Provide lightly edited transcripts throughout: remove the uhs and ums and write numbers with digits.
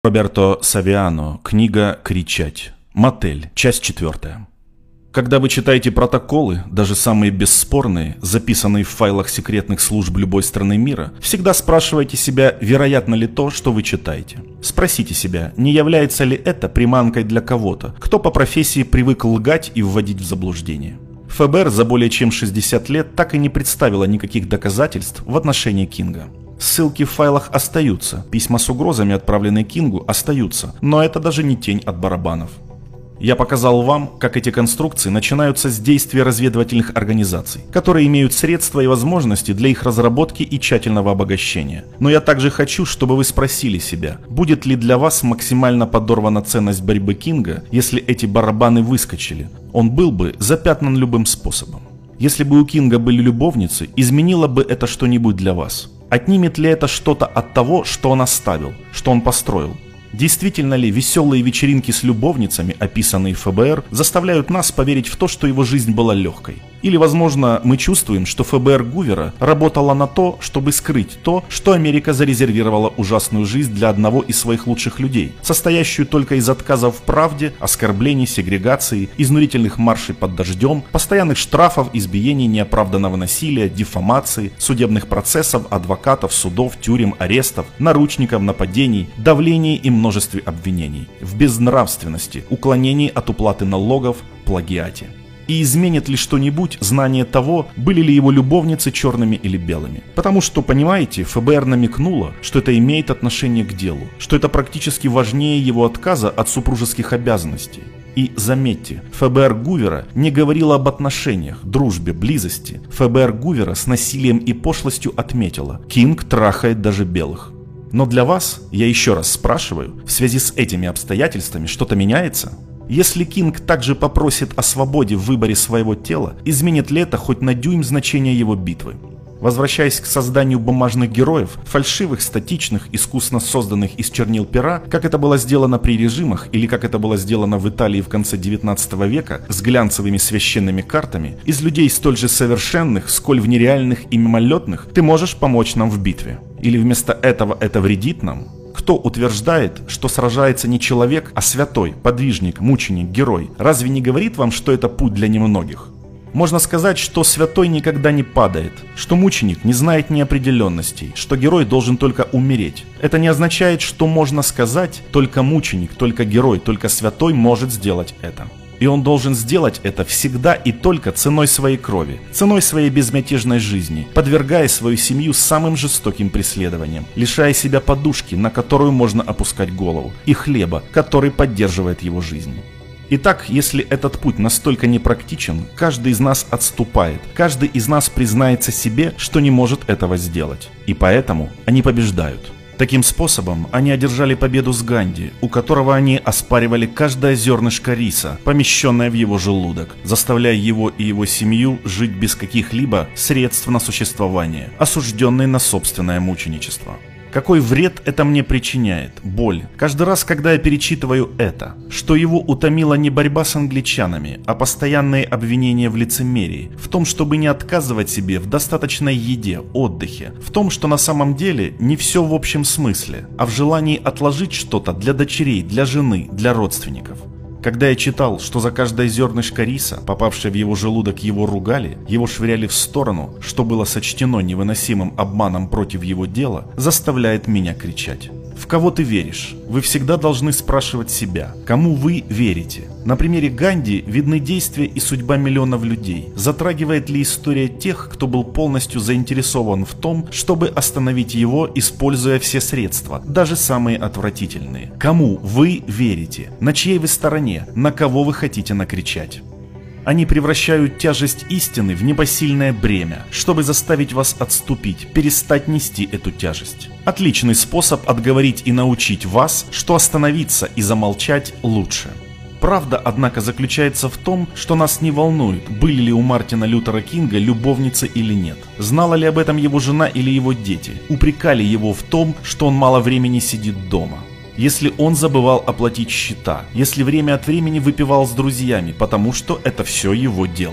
Роберто Савиано. Книга «Кричать». Мотель. Часть 4. Когда вы читаете протоколы, даже самые бесспорные, записанные в файлах секретных служб любой страны мира, всегда спрашивайте себя, вероятно ли то, что вы читаете. Спросите себя, не является ли это приманкой для кого-то, кто по профессии привык лгать и вводить в заблуждение. ФБР за более чем 60 лет так и не представило никаких доказательств в отношении Кинга. Ссылки в файлах остаются, письма с угрозами, отправленные Кингу, остаются, но это даже не тень от барабанов. Я показал вам, как эти конструкции начинаются с действий разведывательных организаций, которые имеют средства и возможности для их разработки и тщательного обогащения. Но я также хочу, чтобы вы спросили себя, будет ли для вас максимально подорвана ценность борьбы Кинга, если эти барабаны выскочили. Он был бы запятнан любым способом. Если бы у Кинга были любовницы, изменило бы это что-нибудь для вас? Отнимет ли это что-то от того, что он оставил, что он построил? Действительно ли веселые вечеринки с любовницами, описанные ФБР, заставляют нас поверить в то, что его жизнь была легкой? Или, возможно, мы чувствуем, что ФБР Гувера работала на то, чтобы скрыть то, что Америка зарезервировала ужасную жизнь для одного из своих лучших людей, состоящую только из отказов в правде, оскорблений, сегрегации, изнурительных маршей под дождем, постоянных штрафов, избиений, неоправданного насилия, дефамации, судебных процессов, адвокатов, судов, тюрем, арестов, наручников, нападений, давлений и множестве обвинений, в безнравственности, уклонении от уплаты налогов, плагиате. И изменит ли что-нибудь знание того, были ли его любовницы черными или белыми? Потому что, понимаете, ФБР намекнуло, что это имеет отношение к делу, что это практически важнее его отказа от супружеских обязанностей. И заметьте, ФБР Гувера не говорила об отношениях, дружбе, близости. ФБР Гувера с насилием и пошлостью отметила: Кинг трахает даже белых. Но для вас, я еще раз спрашиваю, в связи с этими обстоятельствами что-то меняется? Если Кинг также попросит о свободе в выборе своего тела, изменит ли это хоть на дюйм значение его битвы? Возвращаясь к созданию бумажных героев, фальшивых, статичных, искусно созданных из чернил пера, как это было сделано при режимах или как это было сделано в Италии в конце 19 века с глянцевыми священными картами, из людей столь же совершенных, сколь в нереальных и мимолетных, ты можешь помочь нам в битве. Или вместо этого это вредит нам? Кто утверждает, что сражается не человек, а святой, подвижник, мученик, герой? Разве не говорит вам, что это путь для немногих? Можно сказать, что святой никогда не падает, что мученик не знает неопределенностей, что герой должен только умереть. Это не означает, что можно сказать, только мученик, только герой, только святой может сделать это. И он должен сделать это всегда и только ценой своей крови, ценой своей безмятежной жизни, подвергая свою семью самым жестоким преследованиям, лишая себя подушки, на которую можно опускать голову, и хлеба, который поддерживает его жизнь. Итак, если этот путь настолько непрактичен, каждый из нас отступает, каждый из нас признается себе, что не может этого сделать. И поэтому они побеждают. Таким способом они одержали победу с Ганди, у которого они оспаривали каждое зернышко риса, помещенное в его желудок, заставляя его и его семью жить без каких-либо средств на существование, осужденные на собственное мученичество. Какой вред это мне причиняет, боль, каждый раз, когда я перечитываю это, что его утомила не борьба с англичанами, а постоянные обвинения в лицемерии, в том, чтобы не отказывать себе в достаточной еде, отдыхе, в том, что на самом деле не все в общем смысле, а в желании отложить что-то для дочерей, для жены, для родственников. Когда я читал, что за каждое зернышко риса, попавшее в его желудок, его ругали, его швыряли в сторону, что было сочтено невыносимым обманом против его дела, заставляет меня кричать. В кого ты веришь? Вы всегда должны спрашивать себя, кому вы верите. На примере Ганди видны действия и судьба миллионов людей. Затрагивает ли история тех, кто был полностью заинтересован в том, чтобы остановить его, используя все средства, даже самые отвратительные? Кому вы верите? На чьей вы стороне? На кого вы хотите накричать? Они превращают тяжесть истины в непосильное бремя, чтобы заставить вас отступить, перестать нести эту тяжесть. Отличный способ отговорить и научить вас, что остановиться и замолчать лучше. Правда, однако, заключается в том, что нас не волнует, были ли у Мартина Лютера Кинга любовницы или нет. Знала ли об этом его жена или его дети? Упрекали его в том, что он мало времени сидит дома. Если он забывал оплатить счета, если время от времени выпивал с друзьями, потому что это все его дело.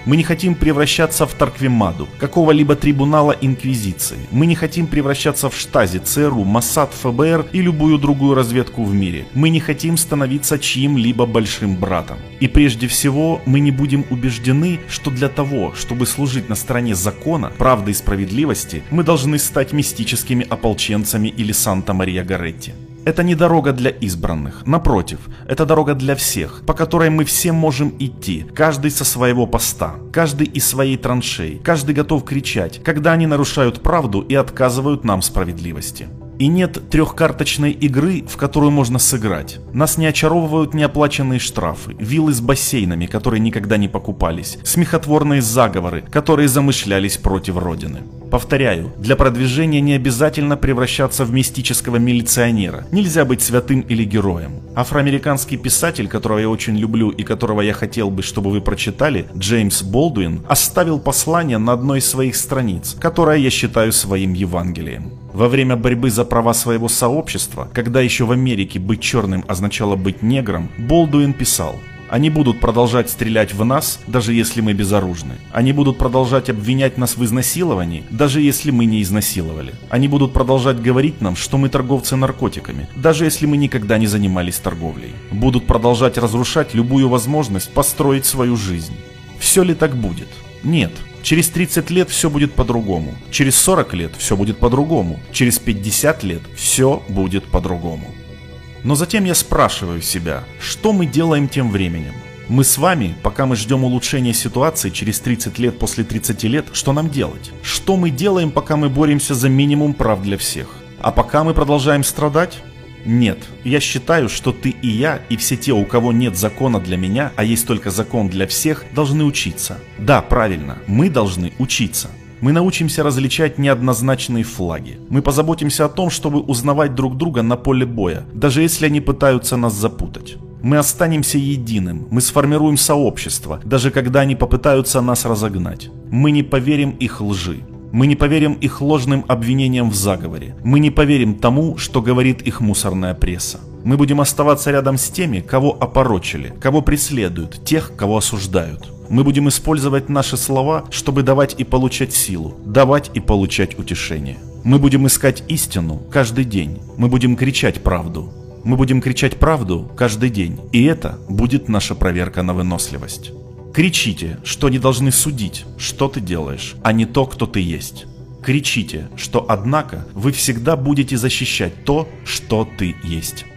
Мы не хотим превращаться в Тарквимаду, какого-либо трибунала Инквизиции. Мы не хотим превращаться в Штази, ЦРУ, Моссад, ФБР и любую другую разведку в мире. Мы не хотим становиться чьим-либо большим братом. И прежде всего, мы не будем убеждены, что для того, чтобы служить на стороне закона, правды и справедливости, мы должны стать мистическими ополченцами или Санта-Мария-Горетти. Это не дорога для избранных, напротив, это дорога для всех, по которой мы все можем идти, каждый со своего поста, каждый из своей траншеи, каждый готов кричать, когда они нарушают правду и отказывают нам в справедливости. И нет трехкарточной игры, в которую можно сыграть. Нас не очаровывают неоплаченные штрафы, виллы с бассейнами, которые никогда не покупались, смехотворные заговоры, которые замышлялись против Родины. Повторяю, для продвижения не обязательно превращаться в мистического милиционера. Нельзя быть святым или героем. Афроамериканский писатель, которого я очень люблю и которого я хотел бы, чтобы вы прочитали, Джеймс Болдуин, оставил послание на одной из своих страниц, которое я считаю своим Евангелием. Во время борьбы за права своего сообщества, когда еще в Америке быть черным означало быть негром, Болдуин писал: «Они будут продолжать стрелять в нас, даже если мы безоружны. Они будут продолжать обвинять нас в изнасиловании, даже если мы не изнасиловали. Они будут продолжать говорить нам, что мы торговцы наркотиками, даже если мы никогда не занимались торговлей. Будут продолжать разрушать любую возможность построить свою жизнь». Все ли так будет? Нет. Через 30 лет все будет по-другому. Через 40 лет все будет по-другому. Через 50 лет все будет по-другому. Но затем я спрашиваю себя, что мы делаем тем временем? Мы с вами, пока мы ждем улучшения ситуации через 30 лет после 30 лет, что нам делать? Что мы делаем, пока мы боремся за минимум прав для всех? А пока мы продолжаем страдать? Нет, я считаю, что ты и я, и все те, у кого нет закона для меня, а есть только закон для всех, должны учиться. Да, правильно, мы должны учиться. Мы научимся различать неоднозначные флаги. Мы позаботимся о том, чтобы узнавать друг друга на поле боя, даже если они пытаются нас запутать. Мы останемся единым, мы сформируем сообщество, даже когда они попытаются нас разогнать. Мы не поверим их лжи. Мы не поверим их ложным обвинениям в заговоре. Мы не поверим тому, что говорит их мусорная пресса. Мы будем оставаться рядом с теми, кого опорочили, кого преследуют, тех, кого осуждают. Мы будем использовать наши слова, чтобы давать и получать силу, давать и получать утешение. Мы будем искать истину каждый день. Мы будем кричать правду. Мы будем кричать правду каждый день. И это будет наша проверка на выносливость. Кричите, что не должны судить, что ты делаешь, а не то, кто ты есть. Кричите, что, однако, вы всегда будете защищать то, что ты есть.